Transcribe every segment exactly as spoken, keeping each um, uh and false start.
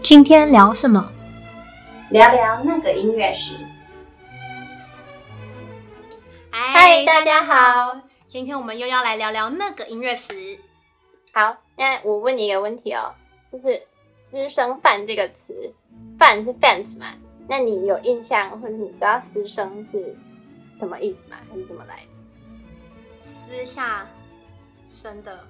今天聊什么？ 聊聊那个音乐史。 嗨，大家好， 今天我们又要来聊聊那个音乐史。 好，那我问你一个问题哦，就是私生饭这个词，饭是 fans 嘛？那你有印象或者你知道私生是什么意思吗？还是怎么来的？ 私下生的。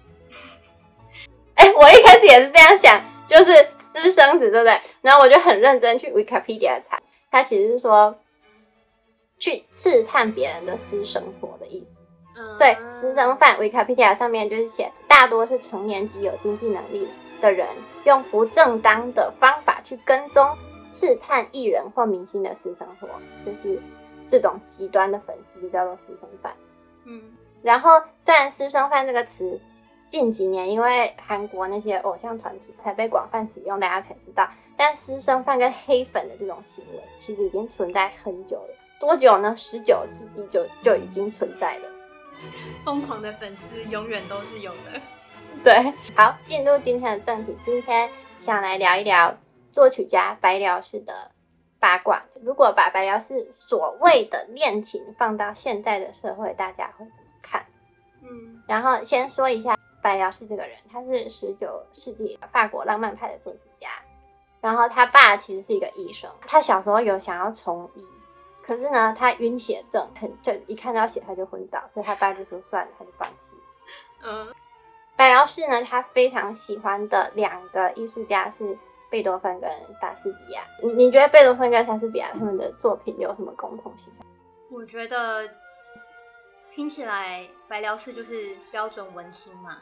哎、欸，我一开始也是这样想，就是私生子，对不对？然后我就很认真去 Wikipedia 查，它其实是说去刺探别人的私生活的意思。嗯、所以私生饭 Wikipedia 上面就是写，大多是成年及有经济能力的人，用不正当的方法去跟踪、刺探艺人或明星的私生活，就是这种极端的粉丝就叫做私生饭。嗯，然后虽然私生饭这个词近几年因为韩国那些偶像团体才被广泛使用，大家才知道，但私生饭跟黑粉的这种行为其实已经存在很久了。多久呢？十九世纪就就已经存在了。 疯狂的粉丝永远都是有的。 对，好，进入今天的正题，今天想来聊一聊作曲家白辽士的八卦。如果把白辽士所谓的恋情放到现在的社会，大家会怎么看？嗯，然后先说一下白辽士这个人，他是十九世纪法国浪漫派的作曲家，然后他爸其实是一个医生，他小时候有想要从医，可是呢他晕血症，很就一看到血他就昏倒，所以他爸就说算了，他就放弃。嗯，白辽士呢他非常喜欢的两个艺术家是贝多芬跟莎士比亚。你你觉得贝多芬跟莎士比亚他们的作品有什么共同性？ 我觉得听起来白辽士就是标准文青嘛。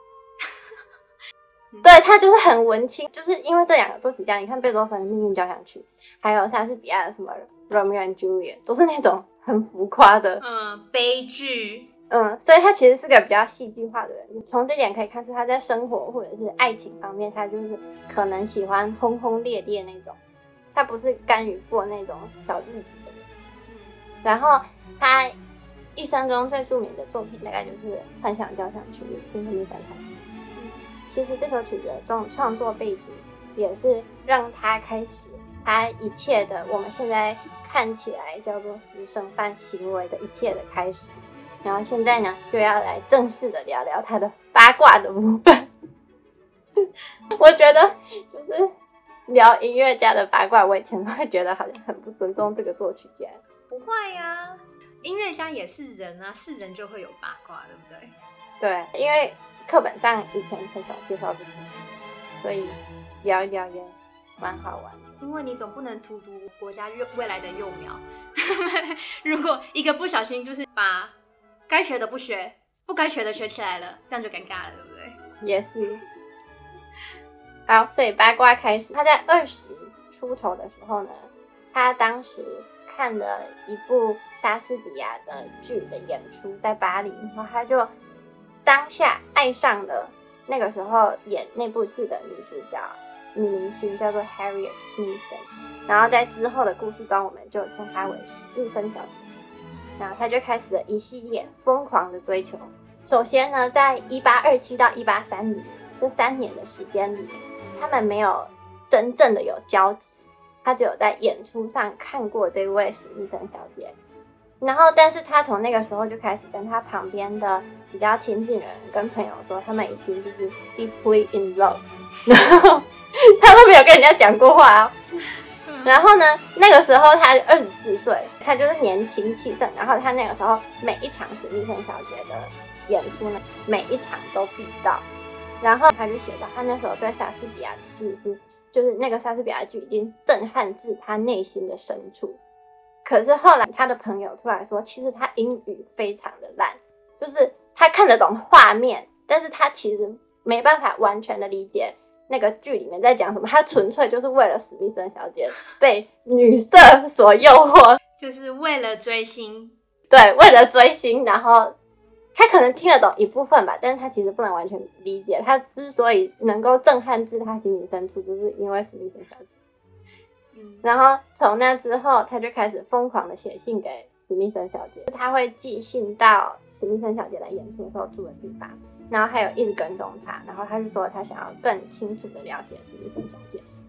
对，他就是很文青，就是因为这两个作曲家，你看贝多芬的命运交响曲，还有莎士比亚的什么 Romeo and Juliet， 都是那种很浮夸的嗯悲剧。 嗯，所以他其实是个比较戏剧化的人。从这点可以看出他在生活或者是爱情方面，他就是可能喜欢轰轰烈烈那种，他不是甘于过那种小日子的人。嗯，然后他一生中最著名的作品大概就是《幻想交响曲》Symphony Fantasy。其实这首曲子的这种创作背景也是让他开始他一切的我们现在看起来叫做私生饭行为的一切的开始。然后现在呢就要来正式的聊聊他的八卦的部分。我觉得就是聊音乐家的八卦，我以前会觉得好像很不尊重这个作曲家。 不会啊，音乐家也是人啊，是人就会有八卦，对不对？ 对，因为课本上以前很少介绍这些，所以聊一聊也蛮好玩的。 因为你总不能荼毒国家未来的幼苗。如果一个不小心就是把该学的不学，不该学的学起来了，这样就尴尬了，对不对？ 也是。好，所以八卦开始。他在二十出头的时候呢，他当时看了一部莎士比亚的剧的演出，在巴黎，然后他就当下爱上了那个时候演那部剧的女主角，女明星叫做 Harriet Smithson。然后在之后的故事中，我们就称她为史密森小姐。然后他就开始了一系列疯狂的追求。首先呢，在一八二七到一八三零这三年的时间里，他们没有真正的有交集，他只有在演出上看过这位史密森小姐。然后但是他从那个时候就开始跟他旁边的比较亲近的人跟朋友说，他们已经就是 deeply in love。 然后他都没有跟人家讲过话哦。然后呢，那个时候他二十四岁，他就是年轻气盛。然后他那个时候每一场史密森小姐的演出呢，每一场都必到。然后他就写到，他那时候对莎士比亚的剧是，就是那个莎士比亚的剧已经震撼至他内心的深处。可是后来他的朋友出来说，其实他英语非常的烂，就是他看得懂画面，但是他其实没办法完全的理解那个剧里面在讲什么，他纯粹就是为了史密森小姐被女色所诱惑， 就是为了追星。 对，为了追星，然后他可能听得懂一部分吧，但是他其实不能完全理解。他之所以能够震撼至他心里深处，就是因为史密森小姐。嗯，然后从那之后，他就开始疯狂的写信给史密森小姐，他会寄信到史密森小姐来演出的时候住的地方。然后还有一直跟踪他，然后他就说他想要更清楚的了解史密森小姐，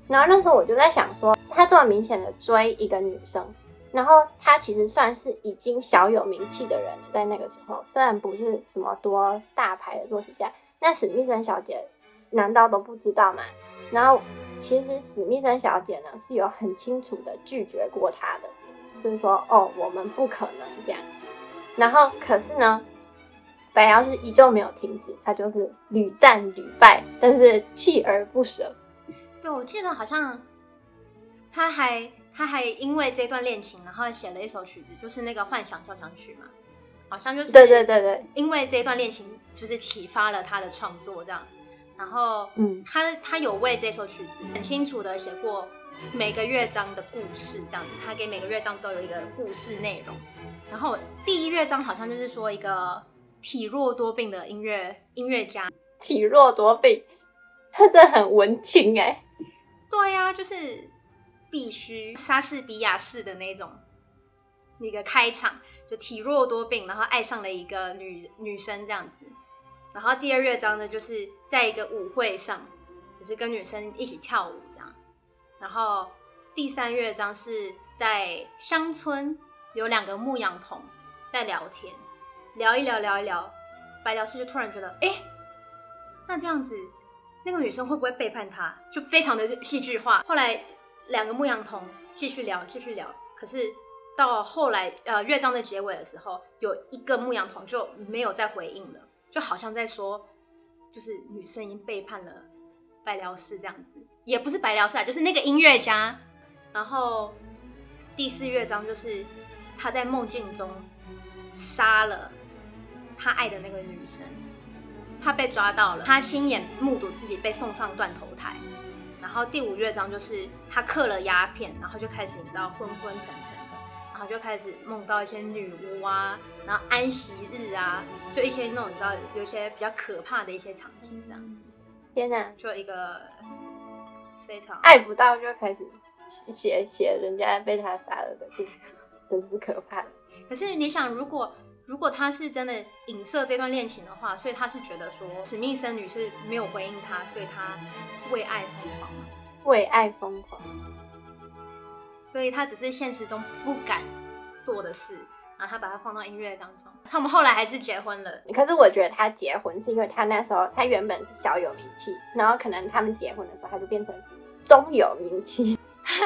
然后那时候我就在想说，他这么明显的追一个女生，然后他其实算是已经小有名气的人了，在那个时候，虽然不是什么多大牌的作曲家，那史密森小姐难道都不知道吗？然后其实史密森小姐呢是有很清楚的拒绝过他的，就是说哦，我们不可能这样。然后可是呢，白辽士依旧没有停止，他就是屡战屡败，但是锲而不舍。 对，我记得好像他还他还因为这段恋情，然后写了一首曲子，就是那个幻想交响曲嘛，好像就是对对对对， 因为这段恋情就是启发了他的创作这样。然后， 嗯， 他他有为这首曲子很清楚的写过每个乐章的故事，这样子，他给每个乐章都有一个故事内容。然后第一乐章好像就是说一个体弱多病的音乐音乐家， 体弱多病，他真的很文青哎、欸。 对呀、啊，就是必须莎士比亚式的那种那个开场，就体弱多病，然后爱上了一个女女生这样子。然后第二乐章呢，就是在一个舞会上，就是跟女生一起跳舞这样。然后第三乐章是在乡村，有两个牧羊童在聊天，聊一聊聊一聊，白辽士就突然觉得，哎，那这样子，那个女生会不会背叛他？就非常的戏剧化。后来两个牧羊童继续聊，继续聊，可是到后来呃乐章的结尾的时候，有一个牧羊童就没有再回应了。就好像在说，就是女生已经背叛了白辽士这样子，也不是白辽士啊，就是那个音乐家。然后第四乐章就是他在梦境中杀了他爱的那个女生，他被抓到了，他亲眼目睹自己被送上断头台。然后第五乐章就是他嗑了鸦片，然后就开始你知道昏昏沉沉。然后就开始梦到一些女巫啊，然后安息日啊，就一些那种你知道有一些比较可怕的一些场景这样子。 天哪， 就一个非常爱不到就开始写写人家被他杀了的故事，真是可怕的。 可是你想，如果如果他是真的影射这段恋情的话，所以他是觉得说史密森女士没有回应他，所以他为爱疯狂， 为爱疯狂。 所以他只是现实中不敢做的事，然后他把它放到音乐当中。他们后来还是结婚了。 可是我觉得他结婚是因为他那时候他原本是小有名气，然后可能他们结婚的时候他就变成中有名气。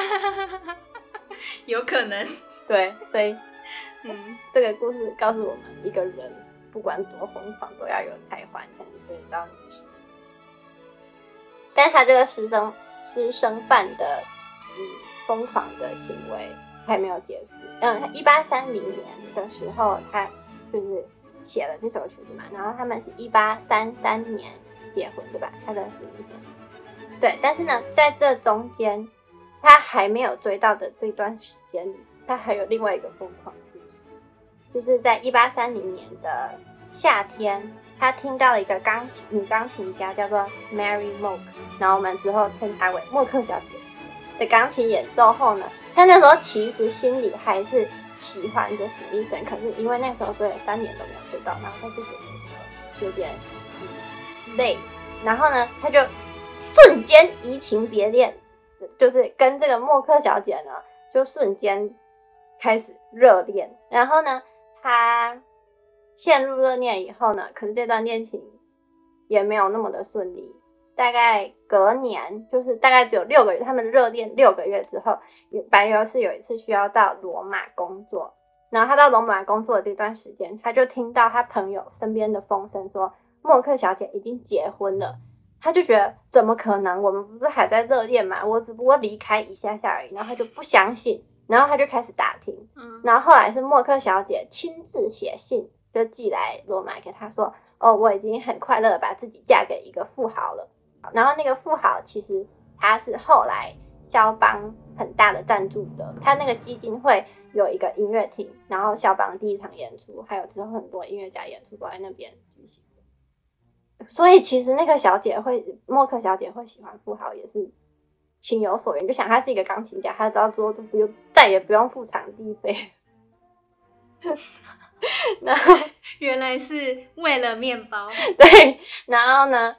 有可能。 对，所以嗯， 这个故事告诉我们，一个人不管多疯狂都要有才华才能追得到女生。但是他这个私生私生饭的嗯疯狂的行为还没有结束。嗯，一八三零年的时候，他就是写了这首曲子嘛，然后他们是一八三三年结婚，对吧？他跟史密森。对，但是呢，在这中间，他还没有追到的这段时间里，他还有另外一个疯狂的故事，就是在一八三零年的夏天，他听到了一个钢琴女钢琴家叫做 Mary Mock， 然后我们之后称她为默克小姐的钢琴演奏后呢，他那时候其实心里还是喜欢着史密森，可是因为那时候追了三年都没有追到，然后他就觉得有点、嗯、累，然后呢，他就瞬间移情别恋，就是跟这个默克小姐呢，就瞬间开始热恋。然后呢，他陷入热恋以后呢，可是这段恋情也没有那么的顺利。大概隔年，就是大概只有六个月，他们热恋六个月之后，白辽士有一次需要到罗马工作，然后他到罗马工作的这段时间，他就听到他朋友身边的风声说默克小姐已经结婚了，他就觉得怎么可能，我们不是还在热恋嘛，我只不过离开一下下而已，然后他就不相信，然后他就开始打听，嗯，然后后来是默克小姐亲自写信就寄来罗马给他说，哦，我已经很快乐的把自己嫁给一个富豪了。然后那个富豪其实他是后来肖邦很大的赞助者，他那个基金会有一个音乐厅，然后肖邦第一场演出还有之后很多音乐家演出都在那边举行，所以其实那个小姐会默克小姐会喜欢富豪也是情有所原，就想他是一个钢琴家，他知道之后就不用再也不用付场地费。然后原来是为了面包。 对，然后呢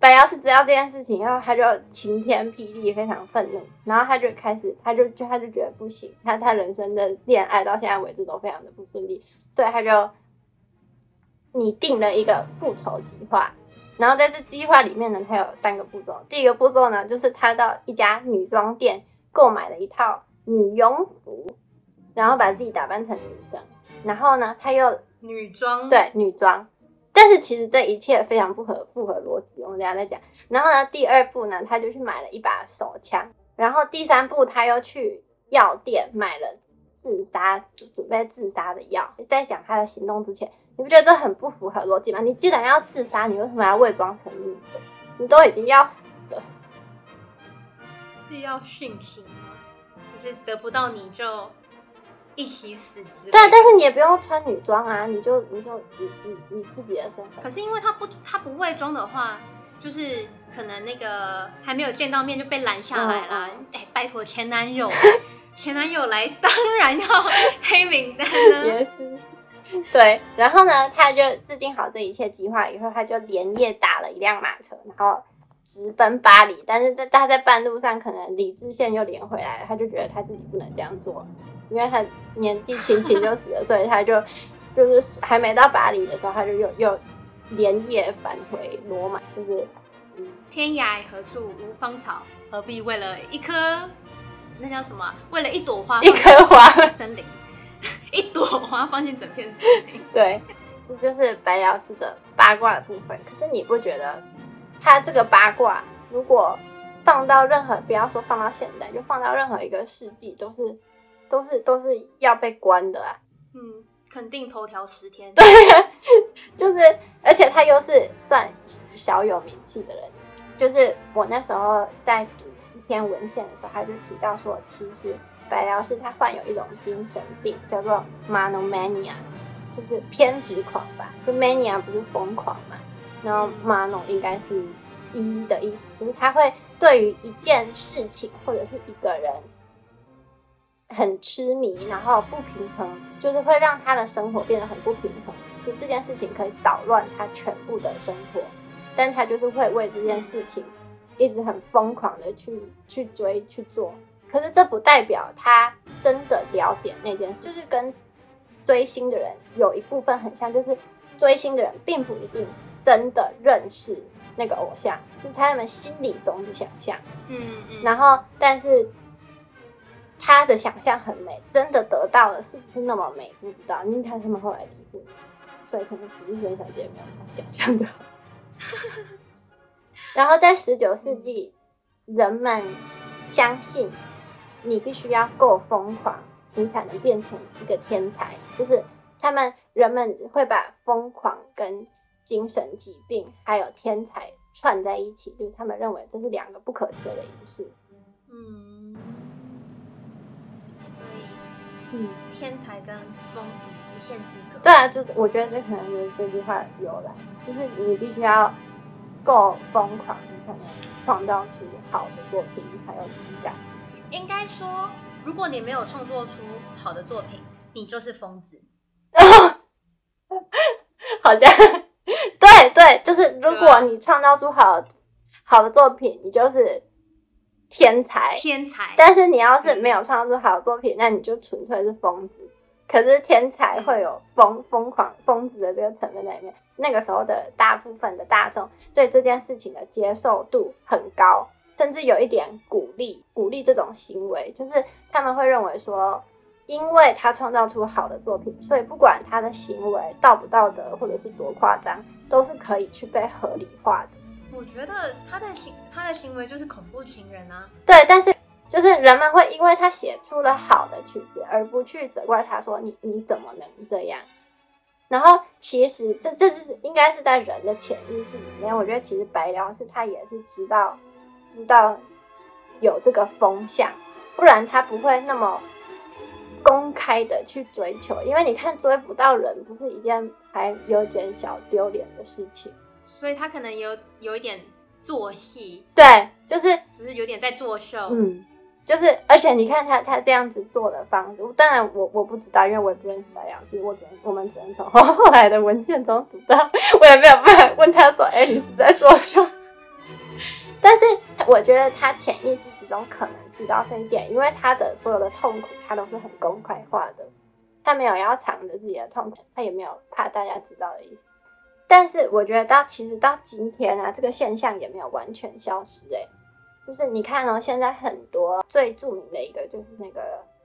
白辽士知道这件事情以后，他就晴天霹雳，非常愤怒，然后他就开始，他就就他就觉得不行，他他人生的恋爱到现在为止都非常的不顺利，所以他就拟定了一个复仇计划。然后在这计划里面呢，他有三个步骤。第一个步骤呢，就是他到一家女装店购买了一套女佣服，然后把自己打扮成女生，然后呢，他又女装， 对女装。但是其实这一切非常不合不合逻辑，我们等一下再讲。然后呢，第二步呢，他就去买了一把手枪。然后第三步，他又去药店买了自杀准备自杀的药。在讲他的行动之前，你不觉得这很不符合逻辑吗？你既然要自杀，你为什么要伪装成女的？你都已经要死了， 是要殉情吗？就是得不到你就一起死之类的。 对，但是你也不用穿女装啊，你就你就你你你自己的身份。 可是因为他不他不伪装的话，就是可能那个还没有见到面就被拦下来啦。哎、嗯嗯欸，拜托前男友，前男友来当然要黑名单呢。 也是。对，然后呢，他就制定好这一切计划以后，他就连夜打了一辆马车，然后直奔巴黎。但是他在半路上可能理智线又连回来了，他就觉得他自己不能这样做，因为他年纪轻轻就死了，所以他就就是还没到巴黎的时候，他就又又连夜返回罗马，就是嗯，天涯何处无芳草，何必为了一棵那叫什么？为了一朵花， 一棵花森林。一朵花放进整片森林。 对，这就是白辽士的八卦的部分。可是你不觉得他这个八卦如果放到任何，不要说放到现代，就放到任何一个世纪，都是都是都是要被关的啊。 嗯，肯定头条十天。 对，就是而且他又是算小有名气的人。就是我那时候在读一篇文献的时候，他就提到说，其实白辽士他患有一种精神病，叫做 monomania， 就是偏执狂吧。就 mania 不是疯狂嘛，然后 mono 应该是一的意思，就是他会对于一件事情或者是一个人很痴迷，然后不平衡，就是会让他的生活变得很不平衡。就这件事情可以捣乱他全部的生活，但他就是会为这件事情一直很疯狂的去去追去做。可是这不代表他真的了解那件事，就是跟追星的人有一部分很像，就是追星的人并不一定真的认识那个偶像，就是他们心里中的想象。 嗯嗯。 然后，但是他的想象很美，真的得到了是不是那么美不知道，因为他他们后来离婚，所以可能史蒂芬小姐没有他想象的好。然后在十九世纪，人们相信你必须要够疯狂，你才能变成一个天才。就是他们人们会把疯狂跟精神疾病还有天才串在一起，就是他们认为这是两个不可缺的因素。 嗯，所以嗯， 天才跟疯子一线之隔。 对啊，就我觉得这可能就是这句话由来，就是你必须要够疯狂，你才能创造出好的作品，你才有灵感。 应该说，如果你没有创作出好的作品，你就是疯子。 好像对对，就是如果你创造出好好的作品，你就是天才。 天才。 但是你要是没有创造出好的作品，那你就纯粹是疯子。可是天才会有疯疯狂疯子的这个成分在里面。那个时候的大部分的大众对这件事情的接受度很高，甚至有一点鼓励鼓励这种行为，就是他们会认为说，因为他创造出好的作品，所以不管他的行为道不道德或者是多夸张，都是可以去被合理化的。 我觉得他的行他的行为就是恐怖情人啊。 对，但是就是人们会因为他写出了好的曲子，而不去责怪他说你你怎么能这样。然后其实这这是应该是在人的潜意识里面，我觉得其实白辽士他也是知道知道有这个风向，不然他不会那么公开的去追求。因为你看追不到人不是一件还有点小丢脸的事情， 所以他可能有有一点做戏。 对，就是就是有点在作秀。 嗯，就是而且你看他他这样子做的方式，当然我我不知道，因为我也不认识白辽士，我只能我们只能从后来的文献中读到，我也没有办法问他说，哎、欸，你是在作秀？ 但是我觉得他潜意识之中可能知道这一点，因为他的所有的痛苦他都是很公开化的，他没有要藏着自己的痛苦，他也没有怕大家知道的意思。但是我觉得到其实到今天啊，这个现象也没有完全消失欸。就是你看哦，现在很多最著名的一个就是那个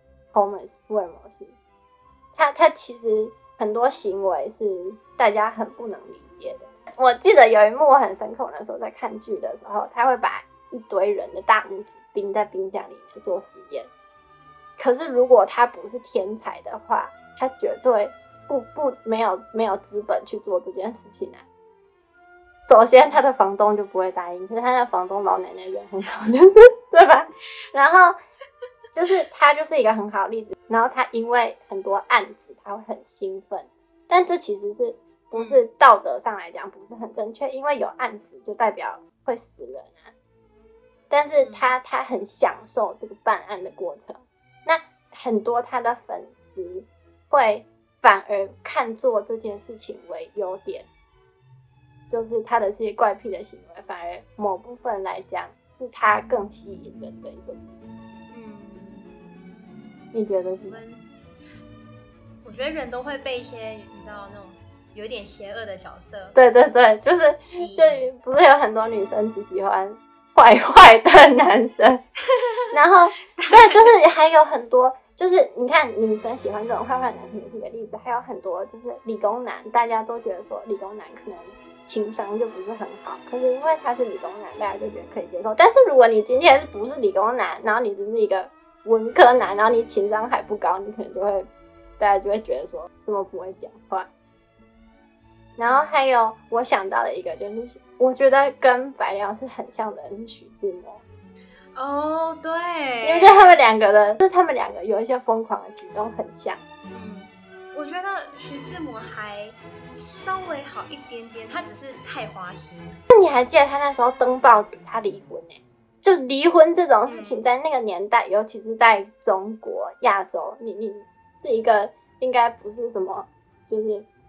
Holmes 福尔摩斯，他他其实很多行为是大家很不能理解的。我记得有一幕我很深刻，我那时候在看剧的时候，他会把一堆人的大拇指冰在冰箱里面做实验。可是如果他不是天才的话，他绝对不不没有没有资本去做这件事情啊。首先他的房东就不会答应，可是他的房东老奶奶人很好，就是对吧？然后就是他就是一个很好的例子。然后他因为很多案子他会很兴奋，但这其实是不是道德上来讲不是很正确，因为有案子就代表会死人啊。但是他他很享受这个办案的过程。那很多他的粉丝会反而看做这件事情为优点，就是他的这些怪癖的行为，反而某部分来讲是他更吸引人的一个部分。 嗯， 你觉得是？ 我觉得人都会被一些你知道那种有点邪恶的角色， 对对对，就是就不是有很多女生只喜欢坏坏的男生，然后对，就是还有很多。就是你看女生喜欢这种坏坏的男生也是一个例子，还有很多就是理工男，大家都觉得说理工男可能情商就不是很好，可是因为他是理工男，大家就觉得可以接受。但是如果你今天不是理工男，然后你只是一个文科男，然后你情商还不高，你可能就会大家就会觉得说这么不会讲话。然后还有我想到的一个就是我觉得跟白辽是很像的人是徐志摩。 哦，对， 因为他们两个的，就是他们两个有一些疯狂的举动很像。 嗯，我觉得徐志摩还稍微好一点点，他只是太花心。 那你还记得他那时候登报纸他离婚欸？就离婚这种事情，在那个年代，嗯、尤其是在中国、亚洲，你你是一个应该不是什么就是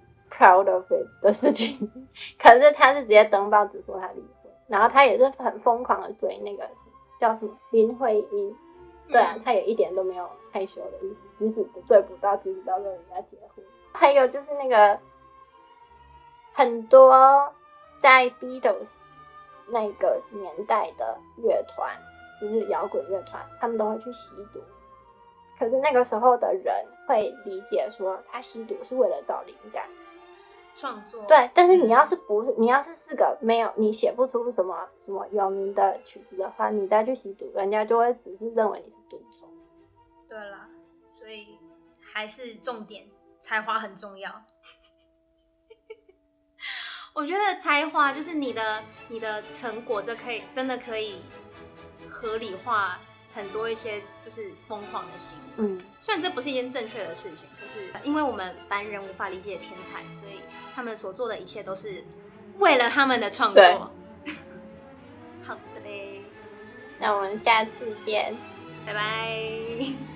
proud of it 的事情，可是他是直接登报纸说他离婚，然后他也是很疯狂的追那个。叫什么林徽因，对啊，他也一点都没有害羞的意思，即使追不到，即使到跟人家结婚。还有就是那个很多在 Beatles 那个年代的乐团，就是摇滚乐团，他们都会去吸毒。可是那个时候的人会理解说，他吸毒是为了找灵感。 创作对，但是你要是不是你要是是个没有你写不出什么什么有名的曲子的话，你再去吸毒，人家就会只是认为你是毒虫。 对啦，所以还是重点，才华很重要。我觉得才华就是你的你的成果，这可以真的可以合理化很多一些就是疯狂的行为。嗯，虽然这不是一件正确的事情，可是因为我们凡人无法理解天才，所以他们所做的一切都是为了他们的创作。好的嘞， 那我们下次见， 拜拜。